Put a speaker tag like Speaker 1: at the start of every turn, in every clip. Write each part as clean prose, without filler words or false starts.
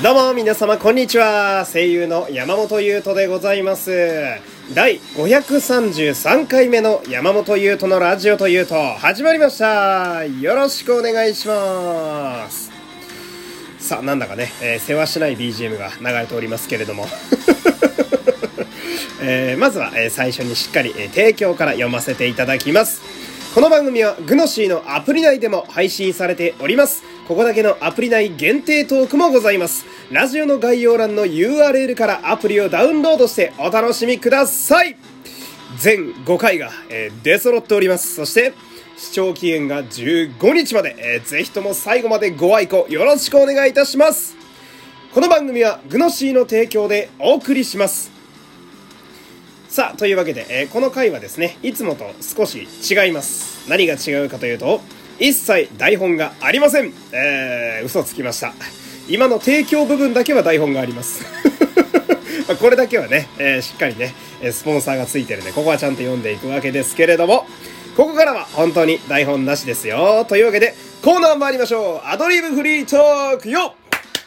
Speaker 1: どうも皆様こんにちは。声優の山本優斗でございます。第533回目の山本優斗のラジオというと始まりました。よろしくお願いします。さあなんだかね、世話しない BGM が流れておりますけれどもまずは、最初にしっかり、提供から読ませていただきます。この番組はグノシーのアプリ内でも配信されております。ここだけのアプリ内限定トークもございます。ラジオの概要欄の URL からアプリをダウンロードしてお楽しみください。全5回が、出揃っております。そして視聴期限が15日まで、ぜひとも最後までご愛顧よろしくお願いいたします。この番組はグノシーの提供でお送りします。さあというわけで、この回はですねいつもと少し違います。何が違うかというと一切台本がありません。嘘つきました。今の提供部分だけは台本がありますこれだけはね、しっかりねスポンサーがついてるんでここはちゃんと読んでいくわけですけれども、ここからは本当に台本なしですよ。というわけでコーナー参りましょう。アドリブフリートークよ。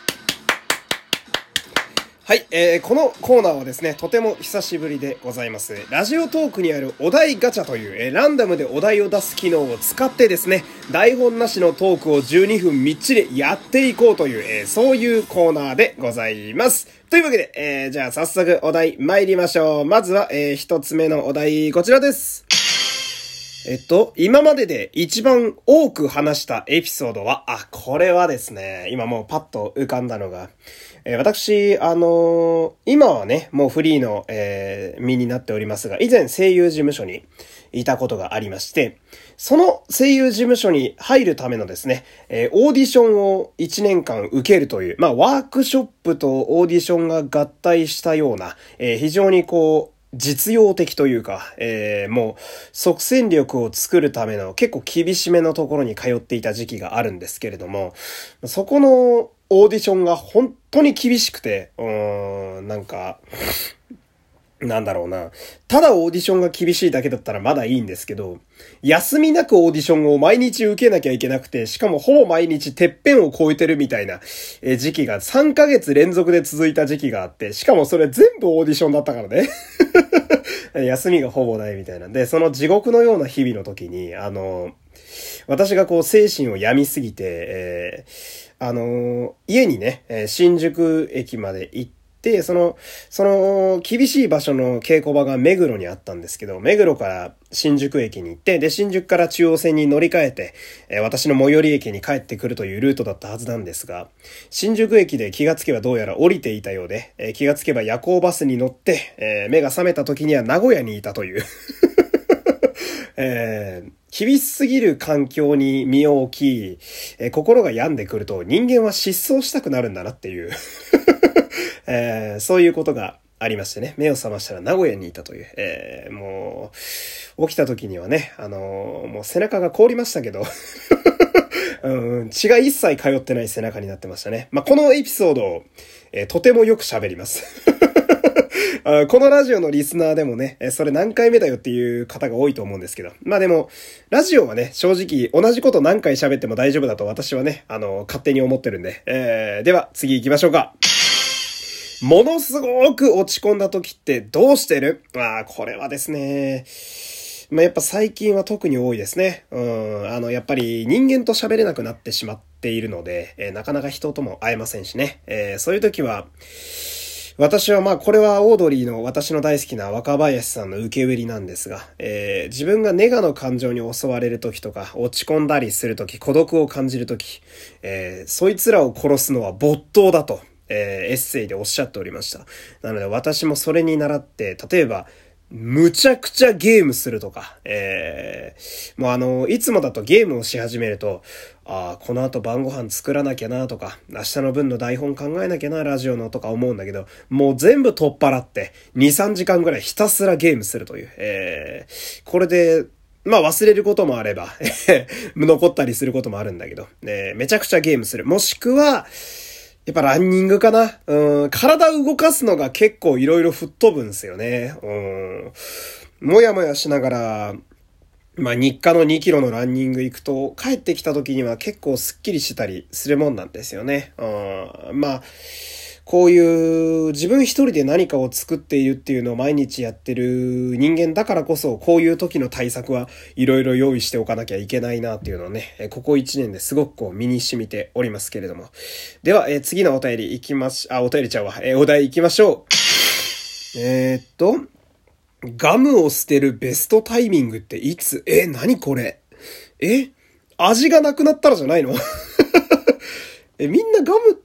Speaker 1: はい、このコーナーはですねとても久しぶりでございます。ラジオトークにあるお題ガチャという、ランダムでお題を出す機能を使ってですね台本なしのトークを12分みっちりやっていこうという、そういうコーナーでございます。というわけで、じゃあ早速お題参りましょう。まずは、一つ目のお題こちらです。今までで一番多く話したエピソードは、これはですね、今もうパッと浮かんだのが、私、今はね、もうフリーの、身になっておりますが、以前声優事務所にいたことがありまして、その声優事務所に入るためのですね、オーディションを1年間受けるという、ワークショップとオーディションが合体したような、非常に実用的というか、もう即戦力を作るための結構厳しめのところに通っていた時期があるんですけれども、そこのオーディションが本当に厳しくて、なんだろうな。ただオーディションが厳しいだけだったらまだいいんですけど、休みなくオーディションを毎日受けなきゃいけなくて、しかもほぼ毎日てっぺんを超えてるみたいな時期が3ヶ月連続で続いた時期があって、しかもそれ全部オーディションだったからね。休みがほぼないみたいなんで、その地獄のような日々の時に、私が精神を病みすぎて、家にね、新宿駅まで行って、その厳しい場所の稽古場が目黒にあったんですけど、目黒から新宿駅に行って、で、新宿から中央線に乗り換えて、私の最寄り駅に帰ってくるというルートだったはずなんですが、新宿駅で気がつけばどうやら降りていたようで、気がつけば夜行バスに乗って、目が覚めた時には名古屋にいたという、厳しすぎる環境に身を置き、心が病んでくると人間は失踪したくなるんだなっていうそういうことがありましてね、目を覚ましたら名古屋にいたという、もう起きた時にはね、もう背中が凍りましたけど血が一切通ってない背中になってましたね。このエピソードを、とてもよく喋りますこのラジオのリスナーでもね、それ何回目だよっていう方が多いと思うんですけど。でも、ラジオはね、正直同じこと何回喋っても大丈夫だと私はね、勝手に思ってるんで。では、次行きましょうか。ものすごく落ち込んだ時ってどうしてる？これはですね、やっぱ最近は特に多いですね。やっぱり人間と喋れなくなってしまっているので、なかなか人とも会えませんしね。そういう時は、私はこれはオードリーの私の大好きな若林さんの受け売りなんですが、自分がネガの感情に襲われる時とか、落ち込んだりする時、孤独を感じる時、そいつらを殺すのは没頭だと、エッセイでおっしゃっておりました。なので私もそれに倣って、例えば、むちゃくちゃゲームするとか、もういつもだとゲームをし始めると、この後晩ご飯作らなきゃなとか、明日の分の台本考えなきゃな、ラジオのとか思うんだけど、もう全部取っ払って、2、3時間ぐらいひたすらゲームするという、これで、忘れることもあれば、残ったりすることもあるんだけど、めちゃくちゃゲームする。もしくは、やっぱランニングかな。体を動かすのが結構いろいろ吹っ飛ぶんですよね。もやもやしながら、 まあ日課の2キロのランニング行くと、帰ってきた時には結構スッキリしたりするもんなんですよね。まあ、こういう自分一人で何かを作っているっていうのを毎日やってる人間だからこそ、こういう時の対策はいろいろ用意しておかなきゃいけないなっていうのをね、ここ1年ですごくこう身に染みておりますけれども。では、次のお便りお便りちゃうわ。お題行きましょう。ガムを捨てるベストタイミングっていつ？何これ？味がなくなったらじゃないの？みんなガムって、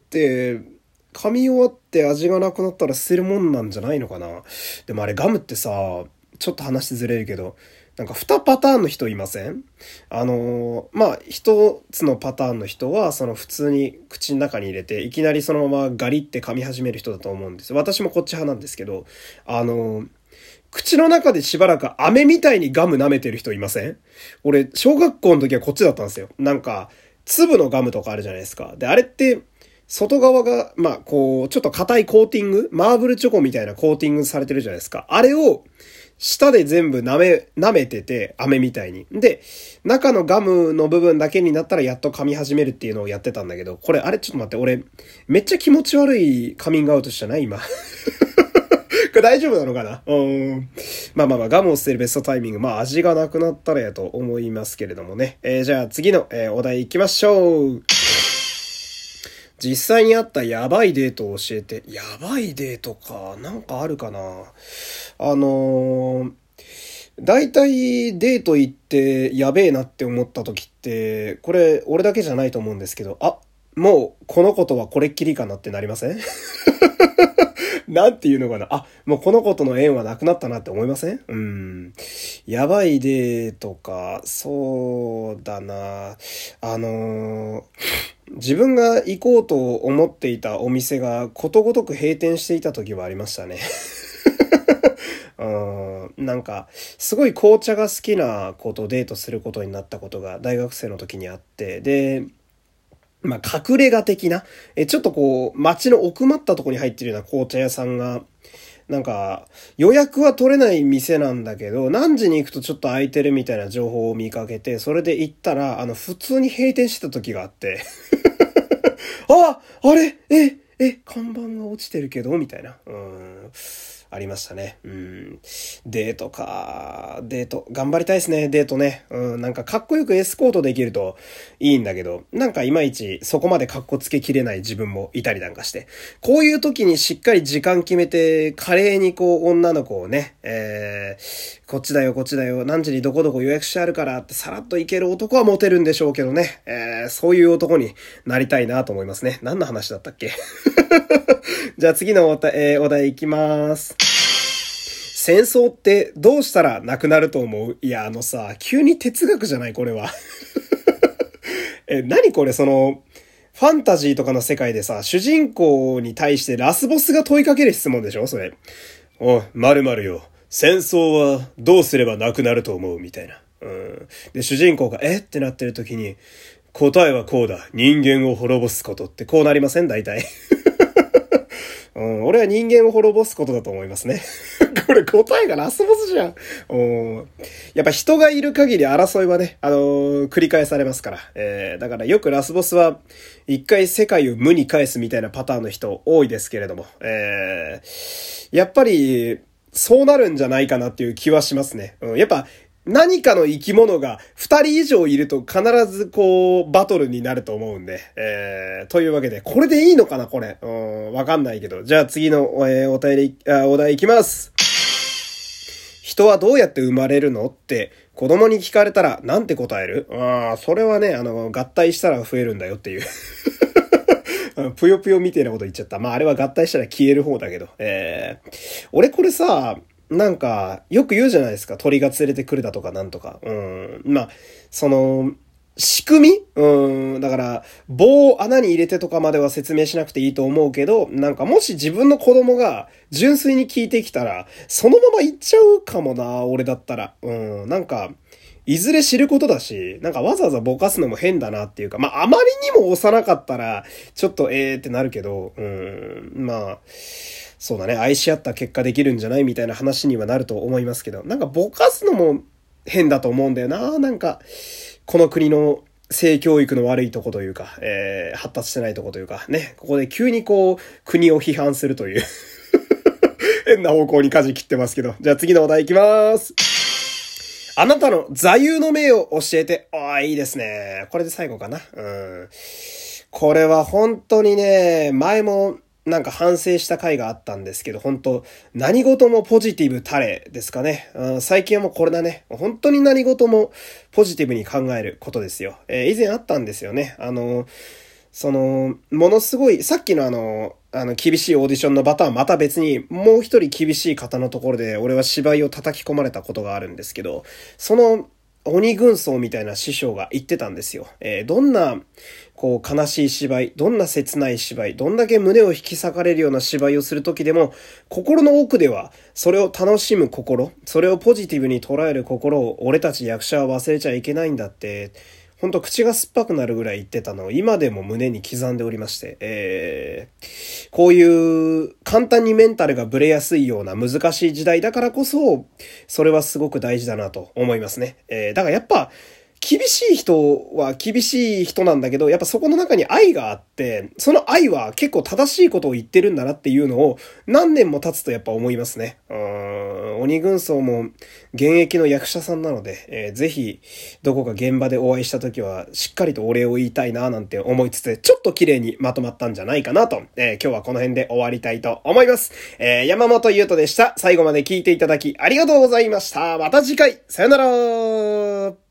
Speaker 1: 噛み終わって味がなくなったら捨てるもんなんじゃないのかな。でもあれガムってさ、ちょっと話ずれるけど、なんか2パターンの人いません？まあ、一つのパターンの人は、その普通に口の中に入れて、いきなりそのままガリって噛み始める人だと思うんですよ。私もこっち派なんですけど、口の中でしばらく飴みたいにガム舐めてる人いません？俺、小学校の時はこっちだったんですよ。なんか、粒のガムとかあるじゃないですか。で、あれって、外側が、まあ、こう、ちょっと硬いコーティング、マーブルチョコみたいなコーティングされてるじゃないですか。あれを、舌で全部舐めてて、飴みたいに。で、中のガムの部分だけになったらやっと噛み始めるっていうのをやってたんだけど、これ、あれちょっと待って、俺、めっちゃ気持ち悪いカミングアウトしたな、今。これ大丈夫なのかな？まあ、ガムを捨てるベストタイミング。まあ、味がなくなったらやと思いますけれどもね。じゃあ次の、お題行きましょう。実際にあったやばいデートを教えて。やばいデートか。なんかあるかな。大体デート行ってやべえなって思った時って、これ俺だけじゃないと思うんですけど、もうこの子とはこれっきりかなってなりません？なんていうのかな。もうこの子との縁はなくなったなって思いません？やばいデートか。そうだな。自分が行こうと思っていたお店がことごとく閉店していた時はありましたね。なんか、すごい紅茶が好きな子とデートすることになったことが大学生の時にあって、で、まあ、隠れ家的な、ちょっとこう、街の奥まったところに入ってるような紅茶屋さんが、なんか、予約は取れない店なんだけど、何時に行くとちょっと空いてるみたいな情報を見かけて、それで行ったら、普通に閉店してた時があって、あれ看板が落ちてるけどみたいな。ありましたね。デートか。デート。頑張りたいですね、デートね。なんかかっこよくエスコートできるといいんだけど、なんかいまいちそこまでかっこつけきれない自分もいたりなんかして。こういう時にしっかり時間決めて、華麗にこう女の子をね、こっちだよ、何時にどこどこ予約してあるからってさらっといける男はモテるんでしょうけどね。そういう男になりたいなと思いますね。何の話だったっけ？じゃあ次のお題いきます。戦争ってどうしたらなくなると思う？いや、急に哲学じゃないこれは。何これファンタジーとかの世界でさ、主人公に対してラスボスが問いかける質問でしょそれ。〇〇よ。戦争はどうすればなくなると思うみたいな。で、主人公がってなってる時に、答えはこうだ。人間を滅ぼすことってこうなりません？大体。俺は人間を滅ぼすことだと思いますね。これ答えがラスボスじゃん。やっぱ人がいる限り争いはね、繰り返されますから。だからよくラスボスは一回世界を無に返すみたいなパターンの人多いですけれども、やっぱりそうなるんじゃないかなっていう気はしますね。やっぱ何かの生き物が2人以上いると必ずこうバトルになると思うんで、というわけでこれでいいのかなこれ。わかんないけど。じゃあ次の、お題いきます。人はどうやって生まれるのって子供に聞かれたらなんて答える？それはね、合体したら増えるんだよっていう。ぷよぷよみたいなこと言っちゃった。あれは合体したら消える方だけど。俺これさ、なんか、よく言うじゃないですか。鳥が連れてくるだとかなんとか。仕組み？だから、棒を穴に入れてとかまでは説明しなくていいと思うけど、なんかもし自分の子供が純粋に聞いてきたら、そのまま行っちゃうかもな、俺だったら。なんか、いずれ知ることだし、なんかわざわざぼかすのも変だなっていうか、あまりにも幼かったら、ちょっとってなるけど、そうだね、愛し合った結果できるんじゃないみたいな話にはなると思いますけど、なんかぼかすのも変だと思うんだよな。なんか、この国の性教育の悪いとこというか、発達してないとこというか、ね、ここで急にこう、国を批判するという変な方向に舵切ってますけど。じゃあ次のお題いきます。あなたの座右の銘を教えて。いいですね。これで最後かな。これは本当にね、前もなんか反省した回があったんですけど、本当何事もポジティブたれですかね。最近はもうこれだね。本当に何事もポジティブに考えることですよ。以前あったんですよね。ものすごい、さっきの厳しいオーディションの場とはまた別に、もう一人厳しい方のところで、俺は芝居を叩き込まれたことがあるんですけど、その、鬼軍曹みたいな師匠が言ってたんですよ。どんな、こう、悲しい芝居、どんな切ない芝居、どんだけ胸を引き裂かれるような芝居をするときでも、心の奥では、それを楽しむ心、それをポジティブに捉える心を、俺たち役者は忘れちゃいけないんだって、ほんと口が酸っぱくなるぐらい言ってたのを今でも胸に刻んでおりまして、こういう簡単にメンタルがブレやすいような難しい時代だからこそ、それはすごく大事だなと思いますね。だからやっぱ、厳しい人は厳しい人なんだけど、やっぱそこの中に愛があって、その愛は結構正しいことを言ってるんだなっていうのを何年も経つとやっぱ思いますね。鬼軍曹も現役の役者さんなので、ぜひどこか現場でお会いした時はしっかりとお礼を言いたいななんて思いつつ、ちょっと綺麗にまとまったんじゃないかなと、今日はこの辺で終わりたいと思います。山本優斗でした。最後まで聞いていただきありがとうございました。また次回、さよなら。